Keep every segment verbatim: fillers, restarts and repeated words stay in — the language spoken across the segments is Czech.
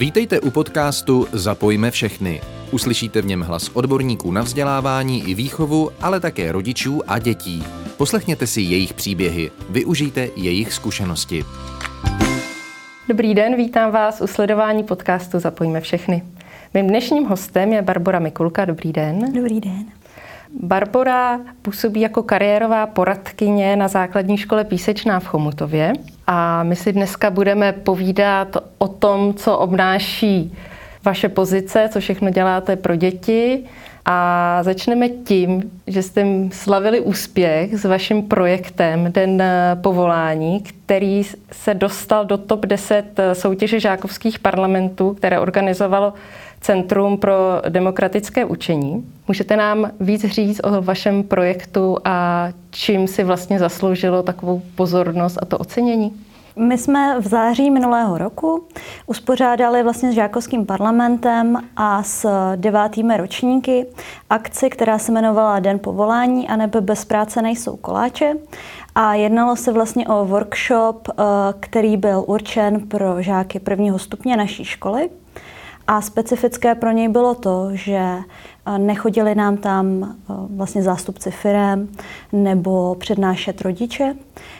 Vítejte u podcastu Zapojme všechny. Uslyšíte v něm hlas odborníků na vzdělávání i výchovu, ale také rodičů a dětí. Poslechněte si jejich příběhy, využijte jejich zkušenosti. Dobrý den, vítám vás u sledování podcastu Zapojme všechny. Mým dnešním hostem je Barbora Mikulka. Dobrý den. Dobrý den. Barbora působí jako kariérová poradkyně na základní škole Písečná v Chomutově a my si dneska budeme povídat o tom, co obnáší vaše pozice, co všechno děláte pro děti, a začneme tím, že jste slavili úspěch s vaším projektem Den povolání, který se dostal do top deset soutěže žákovských parlamentů, které organizovalo Centrum pro demokratické učení. Můžete nám víc říct o vašem projektu a čím si vlastně zasloužilo takovou pozornost a to ocenění? My jsme v září minulého roku uspořádali vlastně s žákovským parlamentem a s devátými ročníky akci, která se jmenovala Den povolání a nebe bez práce nejsou koláče. A jednalo se vlastně o workshop, který byl určen pro žáky prvního stupně naší školy. A specifické pro něj bylo to, že nechodili nám tam vlastně zástupci firem nebo přednášet rodiče,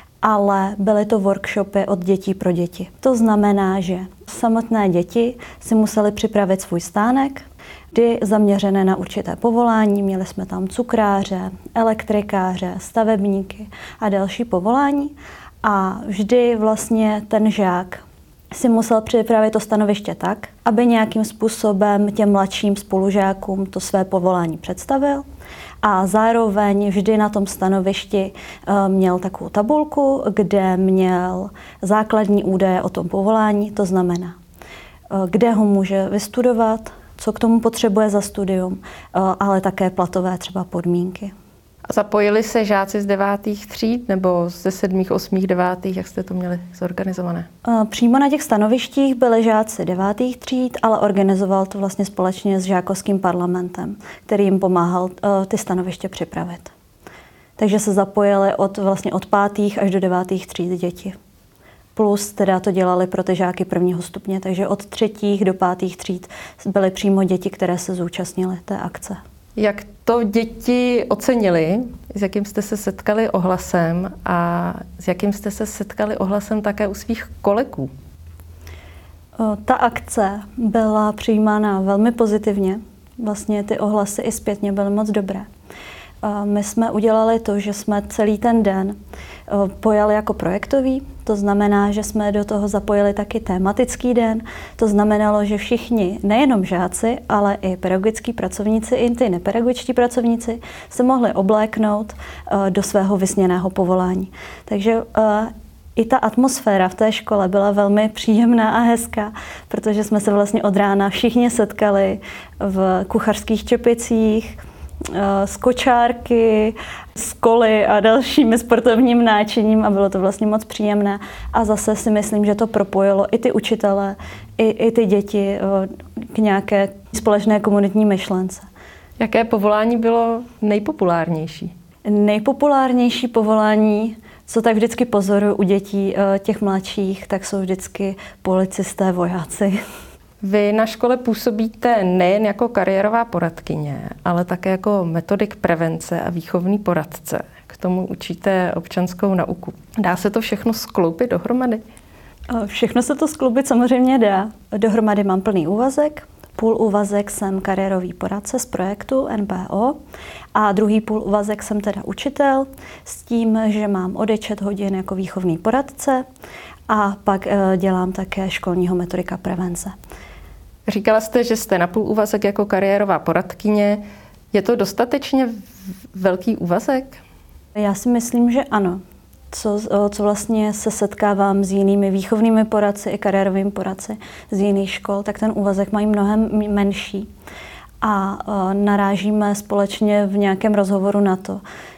ale byly to workshopy od dětí pro děti. To znamená, že samotné děti si museli připravit svůj stánek, vždy zaměřené na určité povolání. Měli jsme tam cukráře, elektrikáře, stavebníky a další povolání. A vždy vlastně ten žák si musel připravit to stanoviště tak, aby nějakým způsobem těm mladším spolužákům to své povolání představil. A zároveň vždy na tom stanovišti měl takovou tabulku, kde měl základní údaje o tom povolání, to znamená, kde ho může vystudovat, co k tomu potřebuje za studium, ale také platové třeba podmínky. A zapojili se žáci z devátých tříd nebo ze sedmých, osmých, devátých, jak jste to měli zorganizované? Přímo na těch stanovištích byli žáci devátých tříd, ale organizoval to vlastně společně s žákovským parlamentem, který jim pomáhal ty stanoviště připravit. Takže se zapojili od, vlastně od pátých až do devátých tříd děti. Plus teda to dělali pro ty žáky prvního stupně, takže od třetích do pátých tříd byly přímo děti, které se zúčastnily té akce. Jak to děti ocenili, s jakým jste se setkali ohlasem a s jakým jste se setkali ohlasem také u svých kolegů? Ta akce byla přijímána velmi pozitivně. Vlastně ty ohlasy i zpětně byly moc dobré. My jsme udělali to, že jsme celý ten den pojali jako projektový, to znamená, že jsme do toho zapojili taky tematický den. To znamenalo, že všichni, nejenom žáci, ale i pedagogickí pracovníci, i ty nepedagogičtí pracovníci se mohli obléknout do svého vysněného povolání. Takže i ta atmosféra v té škole byla velmi příjemná a hezká, protože jsme se vlastně od rána všichni setkali v kuchařských čepicích, z kočárky, z koly a dalšími sportovním náčiním a bylo to vlastně moc příjemné. A zase si myslím, že to propojilo i ty učitele, i, i ty děti k nějaké společné komunitní myšlence. Jaké povolání bylo nejpopulárnější? Nejpopulárnější povolání, co tak vždycky pozoruju u dětí těch mladších, tak jsou vždycky policisté, vojáci. Vy na škole působíte nejen jako kariérová poradkyně, ale také jako metodik prevence a výchovný poradce. K tomu učíte občanskou nauku. Dá se to všechno skloubit dohromady? Všechno se to skloubit samozřejmě dá. Dohromady mám plný úvazek. Půl úvazek jsem kariérový poradce z projektu N P O a druhý půl úvazek jsem teda učitel s tím, že mám odečet hodin jako výchovný poradce a pak dělám také školního metodika prevence. Říkala jste, že jste na půl úvazek jako kariérová poradkyně. Je to dostatečně velký úvazek? Já si myslím, že ano. Co, co vlastně se setkávám s jinými výchovnými poradci i kariérovými poradci z jiných škol, tak ten úvazek mají mnohem menší. A narážíme společně v nějakém rozhovoru na to,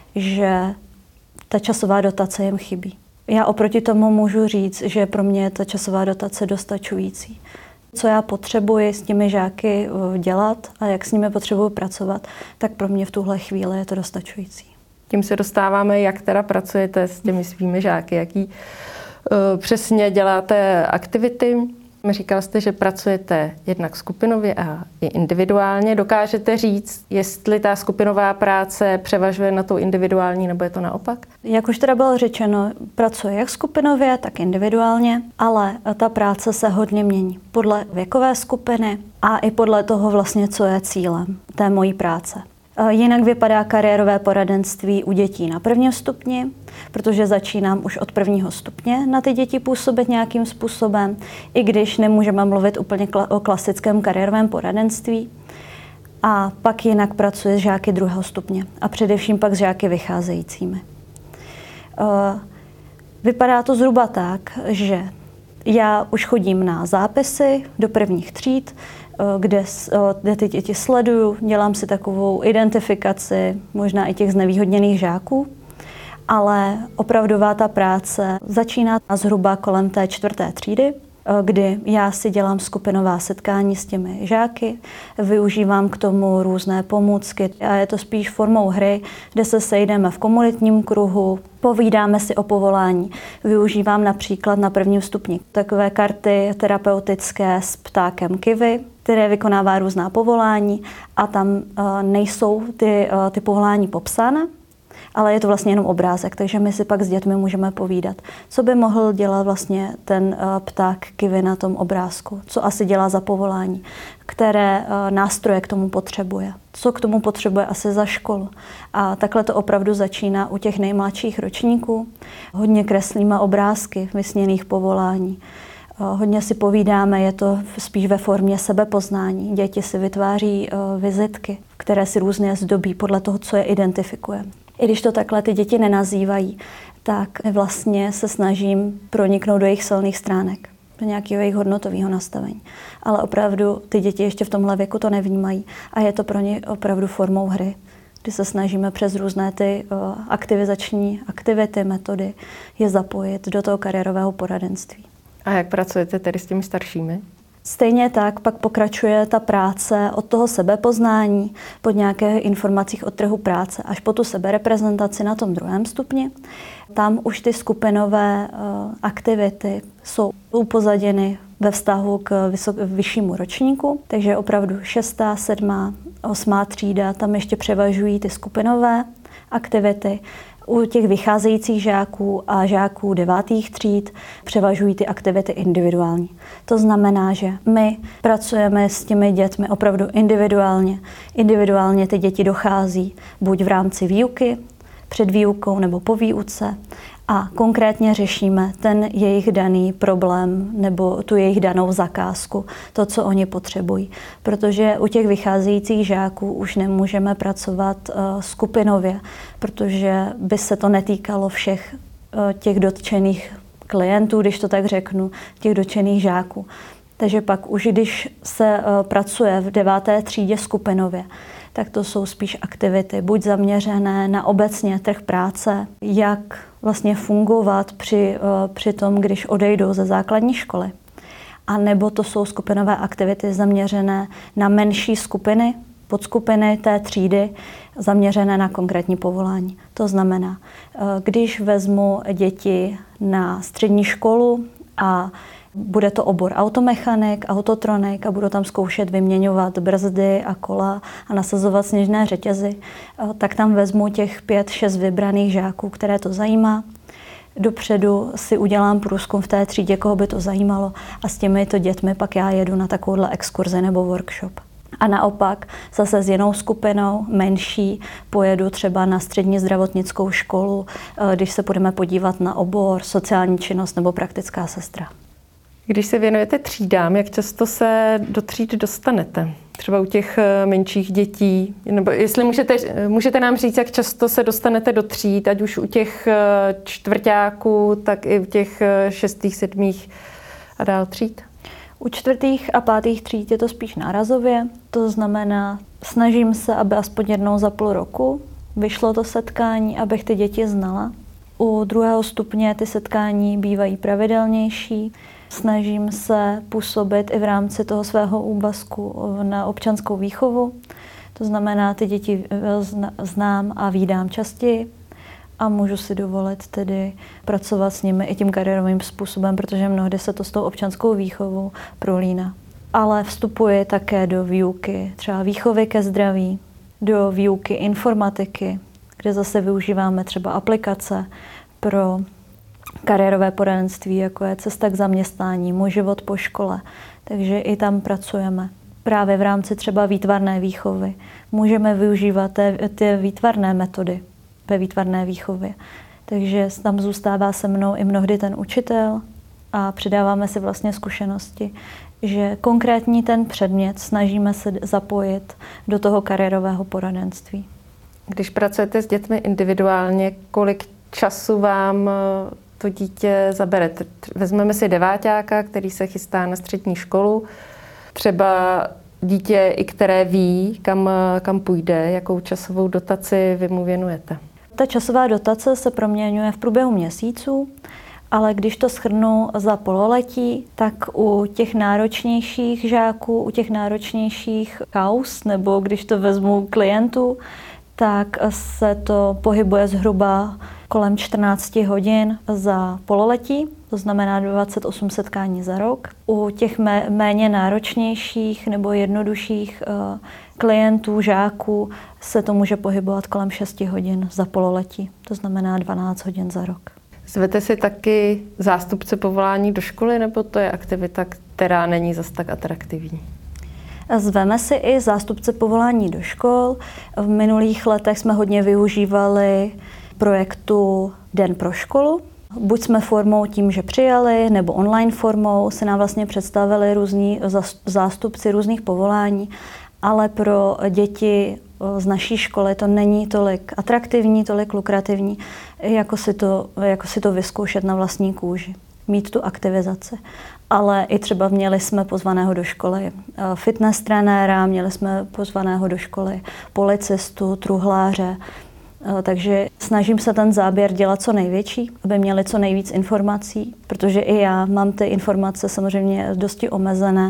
že ta časová dotace jim chybí. Já oproti tomu můžu říct, že pro mě je ta časová dotace dostačující. Co já potřebuji s těmi žáky dělat a jak s nimi potřebuji pracovat, tak pro mě v tuhle chvíli je to dostačující. Tím se dostáváme, jak teda pracujete s těmi svými žáky, jaký uh, přesně děláte aktivity. Říkal jste, že pracujete jednak skupinově a i individuálně. Dokážete říct, jestli ta skupinová práce převažuje na tou individuální, nebo je to naopak? Jak už teda bylo řečeno, pracuji jak skupinově, tak individuálně, ale ta práce se hodně mění podle věkové skupiny a i podle toho vlastně, co je cílem té mojí práce. Jinak vypadá kariérové poradenství u dětí na prvním stupni, protože začínám už od prvního stupně na ty děti působit nějakým způsobem, i když nemůžeme mluvit úplně o klasickém kariérovém poradenství. A pak jinak pracuji s žáky druhého stupně a především pak s žáky vycházejícími. Vypadá to zhruba tak, že já už chodím na zápisy do prvních tříd, kde, kde ty děti sleduju, dělám si takovou identifikaci, možná i těch znevýhodněných žáků, ale opravdová ta práce začíná zhruba kolem té čtvrté třídy, kdy já si dělám skupinová setkání s těmi žáky, využívám k tomu různé pomůcky a je to spíš formou hry, kde se sejdeme v komunitním kruhu, povídáme si o povolání. Využívám například na prvním stupni takové karty terapeutické s ptákem Kivy, které vykonává různá povolání a tam nejsou ty, ty povolání popsány, ale je to vlastně jenom obrázek, takže my si pak s dětmi můžeme povídat, co by mohl dělat vlastně ten pták Kivy na tom obrázku, co asi dělá za povolání, které nástroje k tomu potřebuje, co k tomu potřebuje asi za školu. A takhle to opravdu začíná u těch nejmladších ročníků. Hodně kreslíme obrázky vysněných povolání. Hodně si povídáme, je to spíš ve formě sebepoznání. Děti si vytváří vizitky, které si různě zdobí podle toho, co je identifikuje. I když to takhle ty děti nenazývají, tak vlastně se snažím proniknout do jejich silných stránek, do nějakého jejich hodnotového nastavení. Ale opravdu ty děti ještě v tomhle věku to nevnímají a je to pro ně opravdu formou hry, kdy se snažíme přes různé ty aktivizační aktivity, metody je zapojit do toho kariérového poradenství. A jak pracujete tedy s těmi staršími? Stejně tak pak pokračuje ta práce od toho sebepoznání, pod nějaké informacích od trhu práce, až po tu sebereprezentaci na tom druhém stupni. Tam už ty skupinové uh, aktivity jsou upozaděny ve vztahu k vysok, vyššímu ročníku, takže opravdu šestá, sedmá, osmá třída, tam ještě převažují ty skupinové aktivity. U těch vycházejících žáků a žáků devátých tříd převažují ty aktivity individuální. To znamená, že my pracujeme s těmi dětmi opravdu individuálně. Individuálně ty děti dochází buď v rámci výuky, před výukou nebo po výuce a konkrétně řešíme ten jejich daný problém nebo tu jejich danou zakázku, to, co oni potřebují. Protože u těch vycházejících žáků už nemůžeme pracovat uh, skupinově, protože by se to netýkalo všech uh, těch dotčených klientů, když to tak řeknu, těch dotčených žáků. Takže pak už když se uh, pracuje v deváté třídě skupinově, tak to jsou spíš aktivity buď zaměřené na obecně trh práce, jak vlastně fungovat při, při tom, když odejdou ze základní školy. A nebo to jsou skupinové aktivity zaměřené na menší skupiny, podskupiny té třídy, zaměřené na konkrétní povolání. To znamená, když vezmu děti na střední školu a bude to obor automechanik, autotronik a budu tam zkoušet vyměňovat brzdy a kola a nasazovat sněžné řetězy, tak tam vezmu těch pět, šest vybraných žáků, které to zajímá. Dopředu si udělám průzkum v té třídě, koho by to zajímalo a s těmito dětmi pak já jedu na takovouhle exkurzi nebo workshop. A naopak zase s jinou skupinou, menší, pojedu třeba na střední zdravotnickou školu, když se budeme podívat na obor, sociální činnost nebo praktická sestra. Když se věnujete třídám, jak často se do tříd dostanete? Třeba u těch menších dětí? Nebo jestli můžete, můžete nám říct, jak často se dostanete do tříd, ať už u těch čtvrťáků, tak i u těch šestých, sedmých a dál tříd? U čtvrtých a pátých tříd je to spíš nárazově. To znamená, snažím se, aby aspoň jednou za půl roku vyšlo to setkání, abych ty děti znala. U druhého stupně ty setkání bývají pravidelnější. Snažím se působit i v rámci toho svého úvazku na občanskou výchovu. To znamená, ty děti znám a vídám častěji. a můžu si dovolit tedy pracovat s nimi i tím kariérovým způsobem, protože mnohdy se to s tou občanskou výchovou prolíná. Ale vstupuji také do výuky třeba výchovy ke zdraví, do výuky informatiky, kde zase využíváme třeba aplikace pro kariérové poradenství, jako je Cesta k zaměstnání, Můj život po škole. Takže i tam pracujeme. Právě v rámci třeba výtvarné výchovy můžeme využívat ty výtvarné metody ve výtvarné výchově. Takže tam zůstává se mnou i mnohdy ten učitel a předáváme si vlastně zkušenosti, že konkrétní ten předmět snažíme se zapojit do toho kariérového poradenství. Když pracujete s dětmi individuálně, kolik času vám to dítě zabere? Vezmeme si deváťáka, který se chystá na střední školu, třeba dítě, i které ví, kam, kam půjde, jakou časovou dotaci vy mu věnujete? Ta časová dotace se proměňuje v průběhu měsíců, ale když to shrnu za pololetí, tak u těch náročnějších žáků, u těch náročnějších kauz, nebo když to vezmu klientů, tak se to pohybuje zhruba kolem čtrnáct hodin za pololetí, to znamená dvacet osm setkání za rok. U těch méně náročnějších nebo jednodušších klientů, žáků se to může pohybovat kolem šest hodin za pololetí, to znamená dvanáct hodin za rok. Zvete si taky zástupce povolání do školy, nebo to je aktivita, která není zas tak atraktivní? Zveme si i zástupce povolání do škol. V minulých letech jsme hodně využívali projektu Den pro školu. Buď jsme formou tím, že přijali, nebo online formou se nám vlastně představili různí zástupci různých povolání, ale pro děti z naší školy to není tolik atraktivní, tolik lukrativní, jako si to, jako si to vyzkoušet na vlastní kůži, mít tu aktivizaci. Ale i třeba měli jsme pozvaného do školy fitness trenéra, měli jsme pozvaného do školy policistu, truhláře, takže snažím se ten záběr dělat co největší, aby měli co nejvíc informací, protože i já mám ty informace samozřejmě dosti omezené.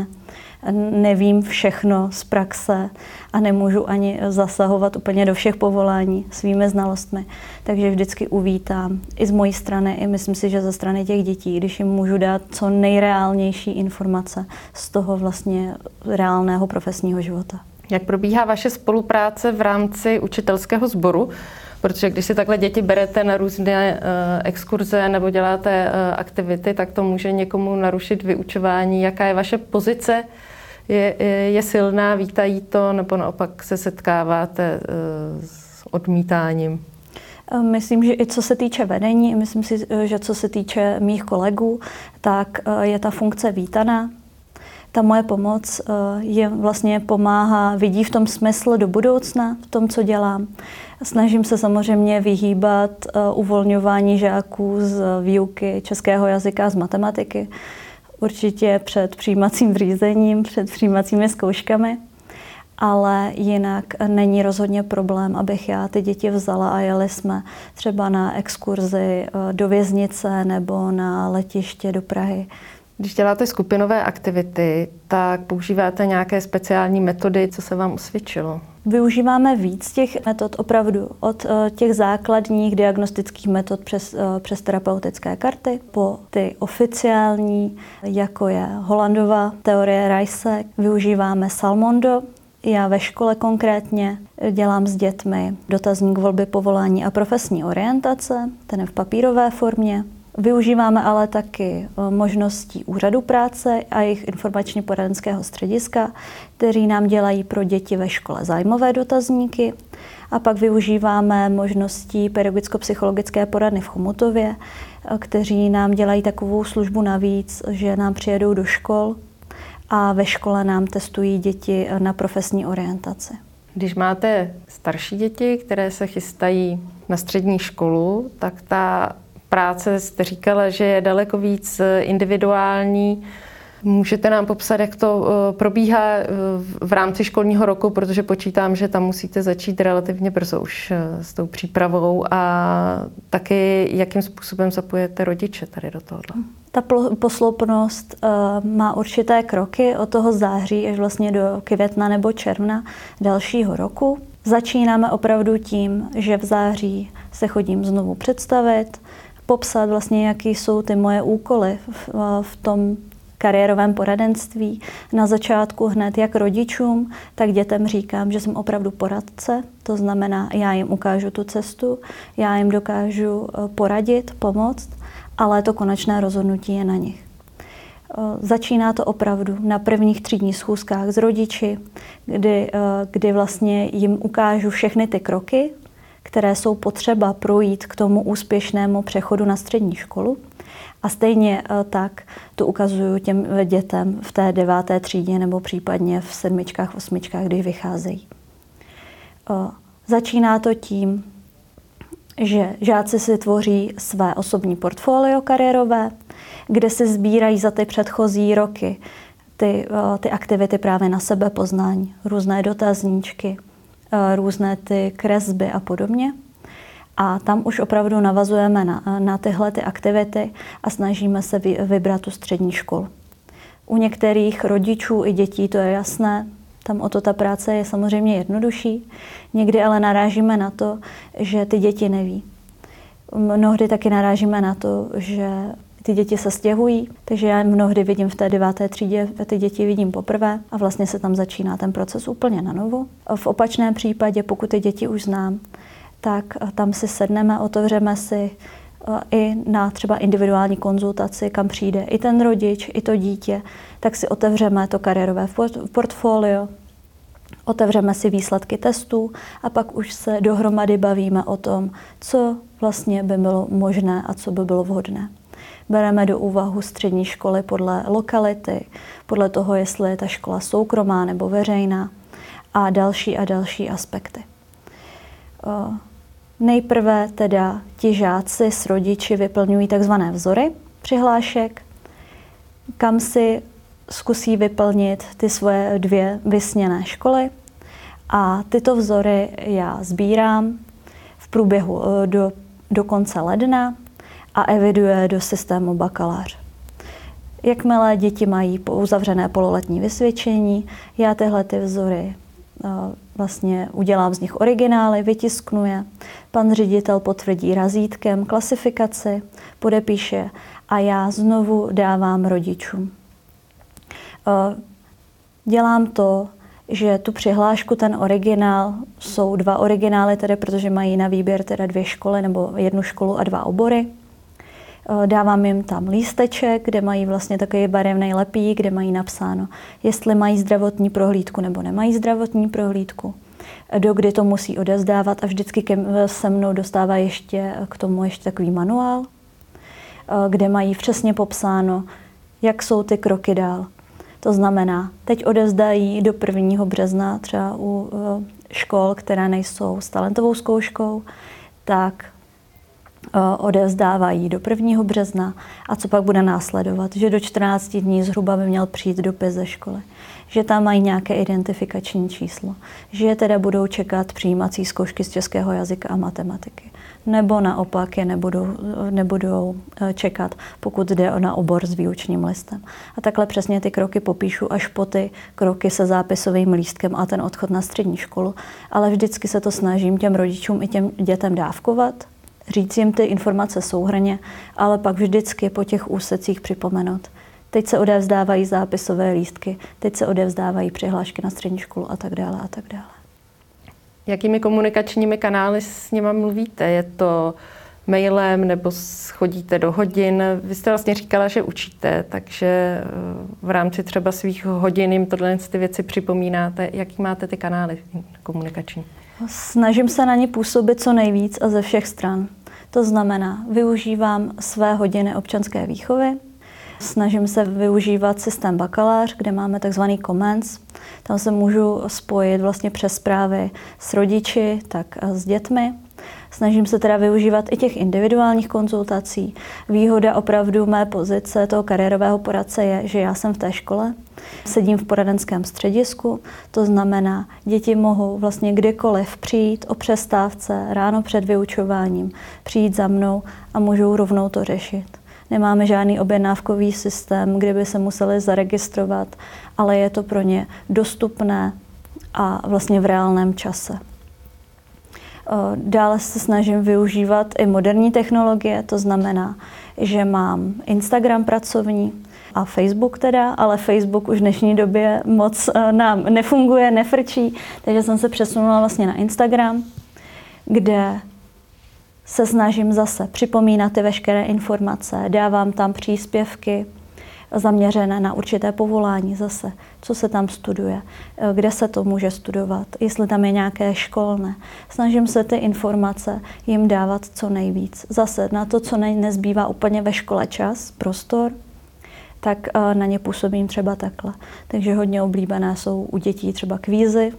Nevím všechno z praxe a nemůžu ani zasahovat úplně do všech povolání svými znalostmi. Takže vždycky uvítám i z mojí strany, i myslím si, že ze strany těch dětí, když jim můžu dát co nejreálnější informace z toho vlastně reálného profesního života. Jak probíhá vaše spolupráce v rámci učitelského sboru? Protože když si takhle děti berete na různé uh, exkurze nebo děláte uh, aktivity, tak to může někomu narušit vyučování. Jaká je vaše pozice? Je, je, je silná, vítají to, nebo naopak se setkáváte uh, s odmítáním? Myslím, že i co se týče vedení, myslím si, že co se týče mých kolegů, tak je ta funkce vítaná. Ta moje pomoc je vlastně pomáhá, vidí v tom smysl do budoucna, v tom, co dělám. Snažím se samozřejmě vyhýbat uvolňování žáků z výuky českého jazyka a z matematiky. Určitě před přijímacím řízením, před přijímacími zkouškami. Ale jinak není rozhodně problém, abych já ty děti vzala a jeli jsme třeba na exkurzi do věznice nebo na letiště do Prahy. Když děláte skupinové aktivity, tak používáte nějaké speciální metody, co se vám osvědčilo? Využíváme víc těch metod opravdu od těch základních diagnostických metod přes, přes terapeutické karty po ty oficiální, jako je Hollandova teorie Rice. Využíváme Salmondo. Já ve škole konkrétně dělám s dětmi dotazník volby povolání a profesní orientace, ten je v papírové formě. Využíváme ale taky možností úřadu práce a jejich informačně poradenského střediska, který nám dělají pro děti ve škole zájmové dotazníky. A pak využíváme možností pedagogicko-psychologické poradny v Chomutově, kteří nám dělají takovou službu navíc, že nám přijedou do škol a ve škole nám testují děti na profesní orientaci. Když máte starší děti, které se chystají na střední školu, tak ta práce, jste říkala, že je daleko víc individuální. Můžete nám popsat, jak to probíhá v rámci školního roku, protože počítám, že tam musíte začít relativně brzo už s tou přípravou a taky jakým způsobem zapojete rodiče tady do tohohle. Ta posloupnost uh, má určité kroky od toho září až vlastně do května nebo června dalšího roku. Začínáme opravdu tím, že v září se chodím znovu představit, popsat vlastně, jaký jsou ty moje úkoly v, v tom kariérovém poradenství. Na začátku hned jak rodičům, tak dětem říkám, že jsem opravdu poradce, to znamená, já jim ukážu tu cestu, já jim dokážu poradit, pomoct, ale to konečné rozhodnutí je na nich. Začíná to opravdu na prvních třídních schůzkách s rodiči, kdy, kdy vlastně jim ukážu všechny ty kroky, které jsou potřeba projít k tomu úspěšnému přechodu na střední školu. A stejně tak to ukazuju těm dětem v té deváté třídě nebo případně v sedmičkách, osmičkách, když vycházejí. Začíná to tím, že žáci si tvoří své osobní portfolio kariérové, kde si sbírají za ty předchozí roky ty, ty aktivity právě na sebepoznání, různé dotazníčky, různé ty kresby a podobně. A tam už opravdu navazujeme na, na tyhle ty aktivity a snažíme se vy, vybrat tu střední školu. U některých rodičů i dětí to je jasné, tam o to ta práce je samozřejmě jednodušší. Někdy ale narážíme na to, že ty děti neví. Mnohdy taky narážíme na to, že ty děti se stěhují, takže já mnohdy vidím v té deváté třídě, ty děti vidím poprvé a vlastně se tam začíná ten proces úplně na novo. V opačném případě, pokud ty děti už znám, tak tam si sedneme, otevřeme si i na třeba individuální konzultaci, kam přijde i ten rodič, i to dítě, tak si otevřeme to kariérové portfolio, otevřeme si výsledky testů a pak už se dohromady bavíme o tom, co vlastně by bylo možné a co by bylo vhodné. Bereme do úvahu střední školy podle lokality, podle toho, jestli je ta škola soukromá nebo veřejná a další a další aspekty. Nejprve teda ti žáci s rodiči vyplňují takzvané vzory přihlášek, kam si zkusí vyplnit ty svoje dvě vysněné školy a tyto vzory já sbírám v průběhu do, do konce ledna a eviduje do systému bakalář. Jakmile děti mají uzavřené pololetní vysvědčení, já tyhle ty vzory vlastně udělám z nich originály, vytisknu je, pan ředitel potvrdí razítkem klasifikaci, podepíše a já znovu dávám rodičům. Dělám to, že tu přihlášku, ten originál, jsou dva originály, tedy protože mají na výběr teda dvě školy nebo jednu školu a dva obory. Dávám jim tam lísteček, kde mají vlastně takový barevný lepík, kde mají napsáno, jestli mají zdravotní prohlídku nebo nemají zdravotní prohlídku, dokdy to musí odevzdávat a vždycky se mnou dostává ještě k tomu ještě takový manuál, kde mají přesně popsáno, jak jsou ty kroky dál. To znamená, teď odevzdají do prvního března třeba u škol, které nejsou s talentovou zkouškou, tak odevzdávají do prvního března a co pak bude následovat, že do čtrnácti dní zhruba by měl přijít dopis ze školy, že tam mají nějaké identifikační číslo, že teda budou čekat přijímací zkoušky z českého jazyka a matematiky, nebo naopak je nebudou, nebudou čekat, pokud jde na obor s výučním listem. A takhle přesně ty kroky popíšu až po ty kroky se zápisovým lístkem a ten odchod na střední školu, ale vždycky se to snažím těm rodičům i těm dětem dávkovat, říct jim ty informace souhrnně, ale pak vždycky po těch úsecích připomenout. Teď se odevzdávají zápisové lístky, teď se odevzdávají přihlášky na střední školu a tak dále a tak dále. Jakými komunikačními kanály s nimi mluvíte? Je to mailem nebo chodíte do hodin? Vy jste vlastně říkala, že učíte, takže v rámci třeba svých hodin jim tohle ty věci připomínáte. Jaký máte ty kanály komunikační? Snažím se na ně působit co nejvíc a ze všech stran. To znamená, využívám své hodiny občanské výchovy, snažím se využívat systém bakalář, kde máme takzvaný comments. Tam se můžu spojit vlastně přes zprávy s rodiči, tak s dětmi. Snažím se teda využívat i těch individuálních konzultací. Výhoda opravdu mé pozice toho kariérového poradce je, že já jsem v té škole, sedím v poradenském středisku, to znamená, děti mohou vlastně kdykoliv přijít o přestávce, ráno před vyučováním, přijít za mnou a můžou rovnou to řešit. Nemáme žádný objednávkový systém, kde by se museli zaregistrovat, ale je to pro ně dostupné a vlastně v reálném čase. Dále se snažím využívat i moderní technologie, to znamená, že mám Instagram pracovní a Facebook teda, ale Facebook už v dnešní době moc nám nefunguje, nefrčí, takže jsem se přesunula vlastně na Instagram, kde se snažím zase připomínat ty veškeré informace, dávám tam příspěvky zaměřené na určité povolání zase, co se tam studuje, kde se to může studovat, jestli tam je nějaké školné. Snažím se ty informace jim dávat co nejvíc. Zase na to, co ne, nezbývá úplně ve škole čas, prostor, tak na ně působím třeba takhle. Takže hodně oblíbené jsou u dětí třeba kvízy,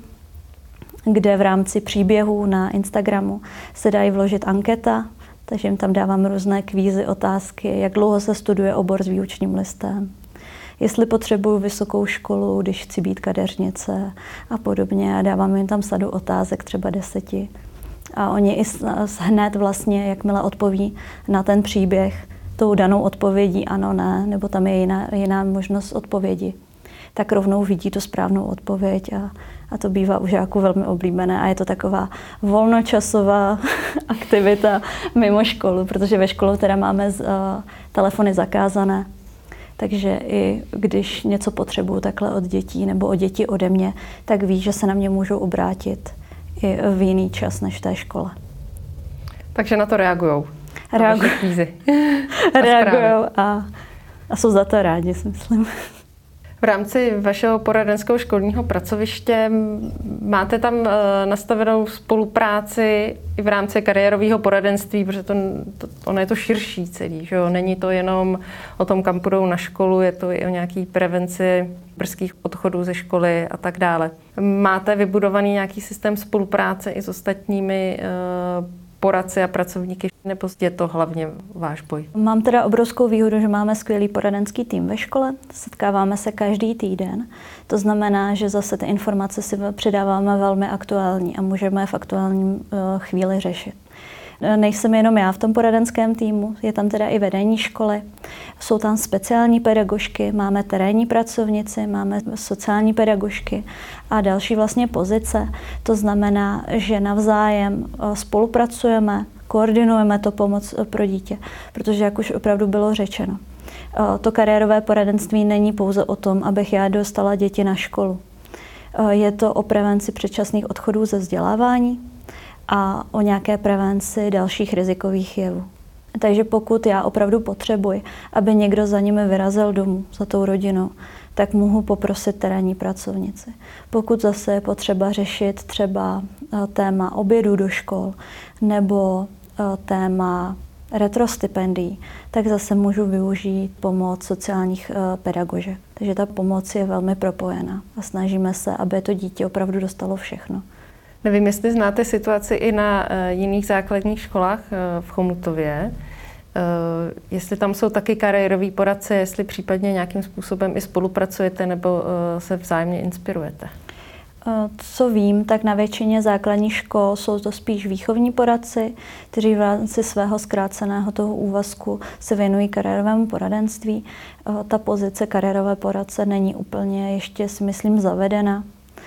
kde v rámci příběhů na Instagramu se dají vložit anketa, takže jim tam dávám různé kvízy, otázky, jak dlouho se studuje obor s výučním listem, jestli potřebuju vysokou školu, když chci být kadeřnice a podobně. A dávám jim tam sadu otázek, třeba deseti. A oni i hned vlastně, jakmile odpoví na ten příběh, tou danou odpovědí ano, ne, nebo tam je jiná, jiná možnost odpovědi, tak rovnou vidí tu správnou odpověď a, a to bývá u žáků velmi oblíbené a je to taková volnočasová aktivita mimo školu, protože ve škole teda máme z, uh, telefony zakázané, takže i když něco potřebuju takhle od dětí nebo od dětí ode mě, tak ví, že se na mě můžou obrátit i v jiný čas než v té škole. Takže na to reagujou. Reagují. Reagujou a, a jsou za to rádi, si myslím. V rámci vašeho poradenského školního pracoviště máte tam nastavenou spolupráci i v rámci kariérového poradenství, protože to, to, ono je to širší celý, že jo? Není to jenom o tom, kam půjdou na školu, je to i o nějaký prevenci brzkých odchodů ze školy a tak dále. Máte vybudovaný nějaký systém spolupráce i s ostatními poradci a pracovníky, nebo je to hlavně váš boj? Mám teda obrovskou výhodu, že máme skvělý poradenský tým ve škole, setkáváme se každý týden. To znamená, že zase ty informace si předáváme velmi aktuální a můžeme je v aktuální chvíli řešit. Nejsem jenom já v tom poradenském týmu, je tam teda i vedení školy, jsou tam speciální pedagožky, máme terénní pracovnici, máme sociální pedagožky a další vlastně pozice. To znamená, že navzájem spolupracujeme, koordinujeme to pomoc pro dítě, protože jak už opravdu bylo řečeno, to kariérové poradenství není pouze o tom, abych já dostala děti na školu. Je to o prevenci předčasných odchodů ze vzdělávání a o nějaké prevenci dalších rizikových jevů. Takže pokud já opravdu potřebuji, aby někdo za nimi vyrazil domů, za tou rodinou, tak mohu poprosit terénní pracovnici. Pokud zase je potřeba řešit třeba téma obědů do škol nebo téma retrostipendií, tak zase můžu využít pomoc sociálních pedagožek. Takže ta pomoc je velmi propojená a snažíme se, aby to dítě opravdu dostalo všechno. Nevím, jestli znáte situaci i na jiných základních školách v Chomutově. Jestli tam jsou taky kariéroví poradci, jestli případně nějakým způsobem i spolupracujete nebo se vzájemně inspirujete. Co vím, tak na většině základních škol jsou to spíš výchovní poradci, kteří v rámci svého zkráceného toho úvazku se věnují kariérovému poradenství. Ta pozice kariérové poradce není úplně ještě, si myslím, zavedena.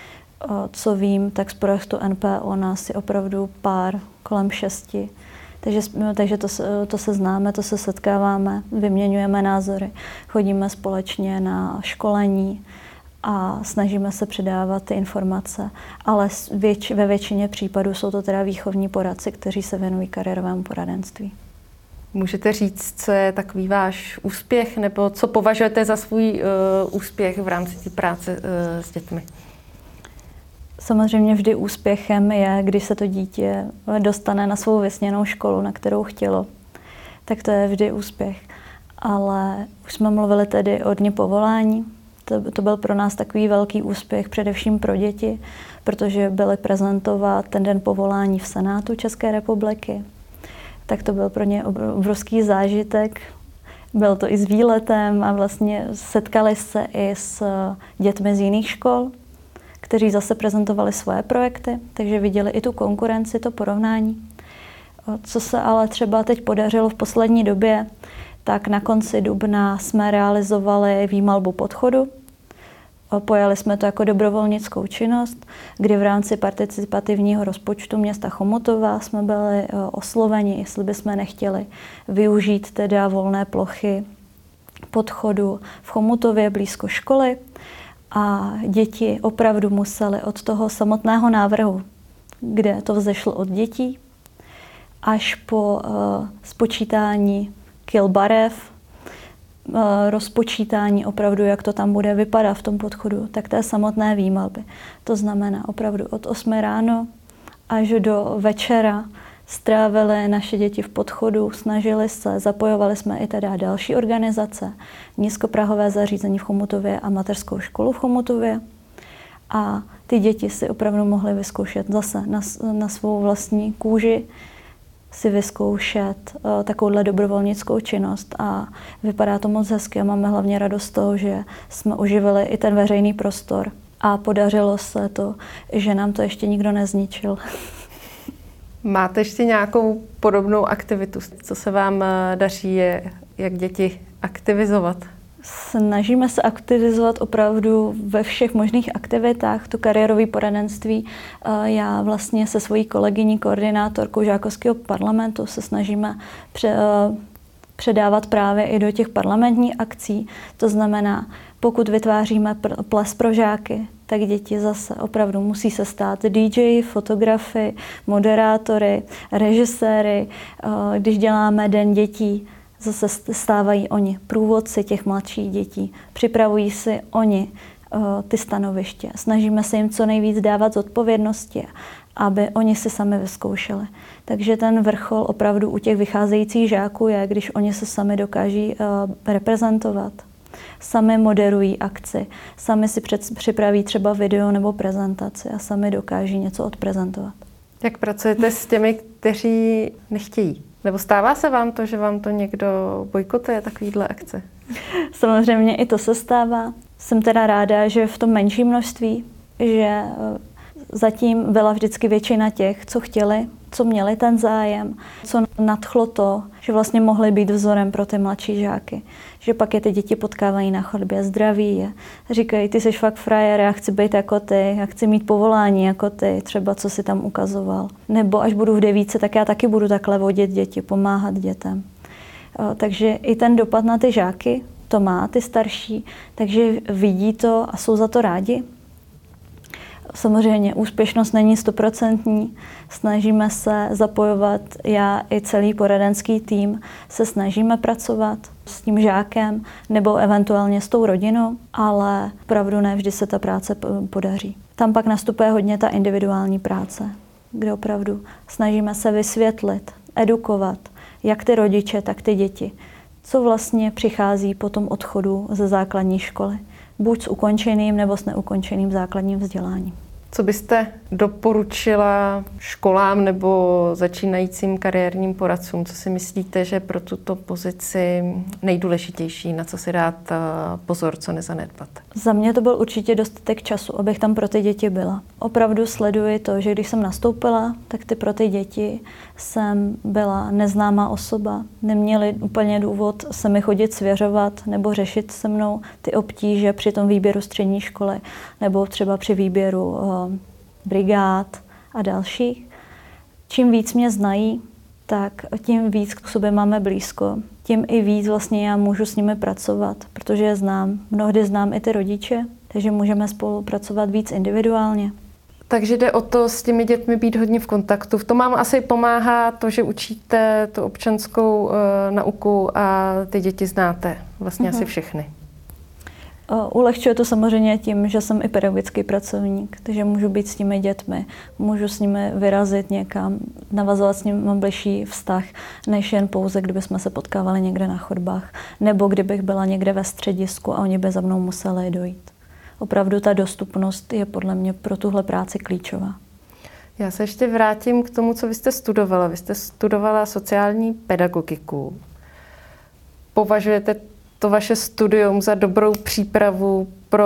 Co vím, tak z projektu N P O nás je opravdu pár, kolem šesti. Takže, takže to, to se známe, to se setkáváme, vyměňujeme názory, chodíme společně na školení a snažíme se předávat ty informace. Ale věč, ve většině případů jsou to teda výchovní poradci, kteří se věnují kariérovému poradenství. Můžete říct, co je takový váš úspěch, nebo co považujete za svůj uh, úspěch v rámci té práce uh, s dětmi? Samozřejmě vždy úspěchem je, když se to dítě dostane na svou vysněnou školu, na kterou chtělo. Tak to je vždy úspěch. Ale už jsme mluvili tedy o dni povolání. To, to byl pro nás takový velký úspěch, především pro děti, protože byly prezentovat ten den povolání v Senátu České republiky. Tak to byl pro ně obrovský zážitek. Byl to i s výletem a vlastně setkali se i s dětmi z jiných škol, kteří zase prezentovali svoje projekty, takže viděli i tu konkurenci, to porovnání. Co se ale třeba teď podařilo v poslední době, tak na konci dubna jsme realizovali výmalbu podchodu. Pojali jsme to jako dobrovolnickou činnost, kdy v rámci participativního rozpočtu města Chomutova jsme byli osloveni, jestli bychom nechtěli využít teda volné plochy podchodu v Chomutově blízko školy. A děti opravdu musely od toho samotného návrhu, kde to vzešlo od dětí, až po uh, spočítání kilbarev, uh, rozpočítání opravdu, jak to tam bude vypadat v tom podchodu, tak té samotné výmalby. To znamená opravdu od osmé ráno až do večera strávili naše děti v podchodu, snažili se, zapojovali jsme i teda další organizace, nízkoprahové zařízení v Chomutově a mateřskou školu v Chomutově. A ty děti si opravdu mohly vyzkoušet zase na, na svou vlastní kůži, si vyzkoušet uh, takovouhle dobrovolnickou činnost a vypadá to moc hezky a máme hlavně radost z toho, že jsme oživili i ten veřejný prostor a podařilo se to, že nám to ještě nikdo nezničil. Máte ještě nějakou podobnou aktivitu? Co se vám daří, je, jak děti aktivizovat? Snažíme se aktivizovat opravdu ve všech možných aktivitách. To kariérové poradenství já vlastně se svojí kolegyní, koordinátorkou žákovského parlamentu se snažíme pře, předávat právě i do těch parlamentních akcí. To znamená, pokud vytváříme ples pro žáky, tak děti zase opravdu musí se stát dý džej, fotografy, moderátory, režiséry. Když děláme Den dětí, zase stávají oni průvodci těch mladších dětí. Připravují si oni ty stanoviště. Snažíme se jim co nejvíc dávat zodpovědnosti, aby oni si sami vyzkoušeli. Takže ten vrchol opravdu u těch vycházejících žáků je, když oni se sami dokáží reprezentovat. Sami moderují akci, sami si před, připraví třeba video nebo prezentaci a sami dokáží něco odprezentovat. Jak pracujete s těmi, kteří nechtějí? Nebo stává se vám to, že vám to někdo bojkotuje, takovýhle akce? Samozřejmě i to se stává. Jsem teda ráda, že v tom menším množství, že zatím byla vždycky většina těch, co chtěli, co měli ten zájem, co nadchlo to, že vlastně mohli být vzorem pro ty mladší žáky. Že pak je ty děti potkávají na chodbě, zdraví je. Říkají, ty jsi fakt frajer, já chci být jako ty, já chci mít povolání jako ty, třeba co si tam ukazoval. Nebo až budu v devíce, tak já taky budu takhle vodit děti, pomáhat dětem. Takže i ten dopad na ty žáky to má, ty starší, takže vidí to a jsou za to rádi. Samozřejmě úspěšnost není stoprocentní, snažíme se zapojovat, já i celý poradenský tým se snažíme pracovat s tím žákem nebo eventuálně s tou rodinou, ale opravdu ne vždy se ta práce podaří. Tam pak nastupuje hodně ta individuální práce, kde opravdu snažíme se vysvětlit, edukovat, jak ty rodiče, tak ty děti, co vlastně přichází po tom odchodu ze základní školy. Buď s ukončeným nebo s neukončeným základním vzděláním. Co byste doporučila školám nebo začínajícím kariérním poradcům? Co si myslíte, že pro tuto pozici nejdůležitější, na co si dát pozor, co nezanedbat? Za mě to byl určitě dostatek času, abych tam pro ty děti byla. Opravdu sleduji to, že když jsem nastoupila, tak ty pro ty děti jsem byla neznámá osoba. Neměli úplně důvod se mi chodit svěřovat nebo řešit se mnou ty obtíže při tom výběru střední školy nebo třeba při výběru brigád a dalších. Čím víc mě znají, tak tím víc k sobě máme blízko. Tím i víc vlastně já můžu s nimi pracovat, protože je znám. Mnohdy znám i ty rodiče, takže můžeme spolupracovat víc individuálně. Takže jde o to s těmi dětmi být hodně v kontaktu. V tom vám asi pomáhá to, že učíte tu občanskou uh, nauku a ty děti znáte vlastně uh-huh. asi všechny. Ulehčuje to samozřejmě tím, že jsem i pedagogický pracovník, takže můžu být s těmi dětmi, můžu s nimi vyrazit někam, navazovat s nimi bližší vztah, než jen pouze, kdybychom se potkávali někde na chodbách, nebo kdybych byla někde ve středisku a oni by za mnou museli dojít. Opravdu ta dostupnost je podle mě pro tuhle práci klíčová. Já se ještě vrátím k tomu, co vy jste studovala. Vy jste studovala sociální pedagogiku. Považujete to vaše studium za dobrou přípravu pro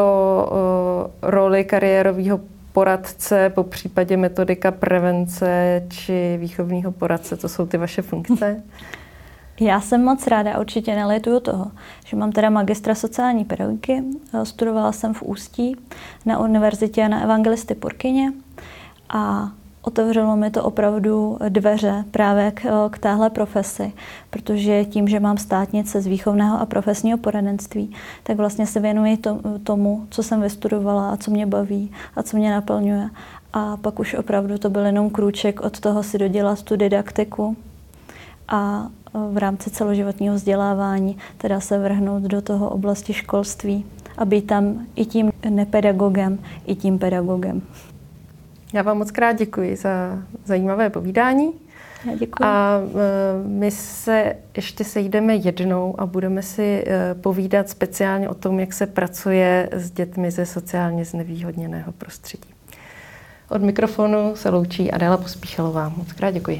uh, roli kariérového poradce, po případě metodika prevence či výchovního poradce? To jsou ty vaše funkce? Já jsem moc ráda, určitě nelituju toho, že mám teda magistra sociální pedagogiky. Studovala jsem v Ústí na univerzitě na Evangelisty Purkyně a otevřelo mi to opravdu dveře právě k, k téhle profesi, protože tím, že mám státnice z výchovného a profesního poradenství, tak vlastně se věnuji to, tomu, co jsem vystudovala a co mě baví a co mě naplňuje. A pak už opravdu to byl jenom krůček od toho si dodělat tu didaktiku a v rámci celoživotního vzdělávání teda se vrhnout do toho oblasti školství a být tam i tím nepedagogem, i tím pedagogem. Já vám moc krát děkuji za zajímavé povídání. Já děkuji. A my se ještě sejdeme jednou a budeme si povídat speciálně o tom, jak se pracuje s dětmi ze sociálně znevýhodněného prostředí. Od mikrofonu se loučí Adéla Pospíchalová. Moc krát děkuji.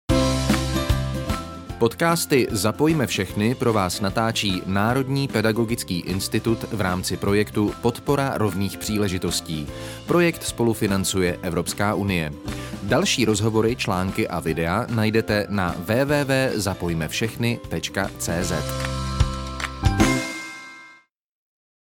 Podcasty Zapojme všechny pro vás natáčí Národní pedagogický institut v rámci projektu Podpora rovných příležitostí. Projekt spolufinancuje Evropská unie. Další rozhovory, články a videa najdete na w w w tečka zapojmevšechny tečka c z.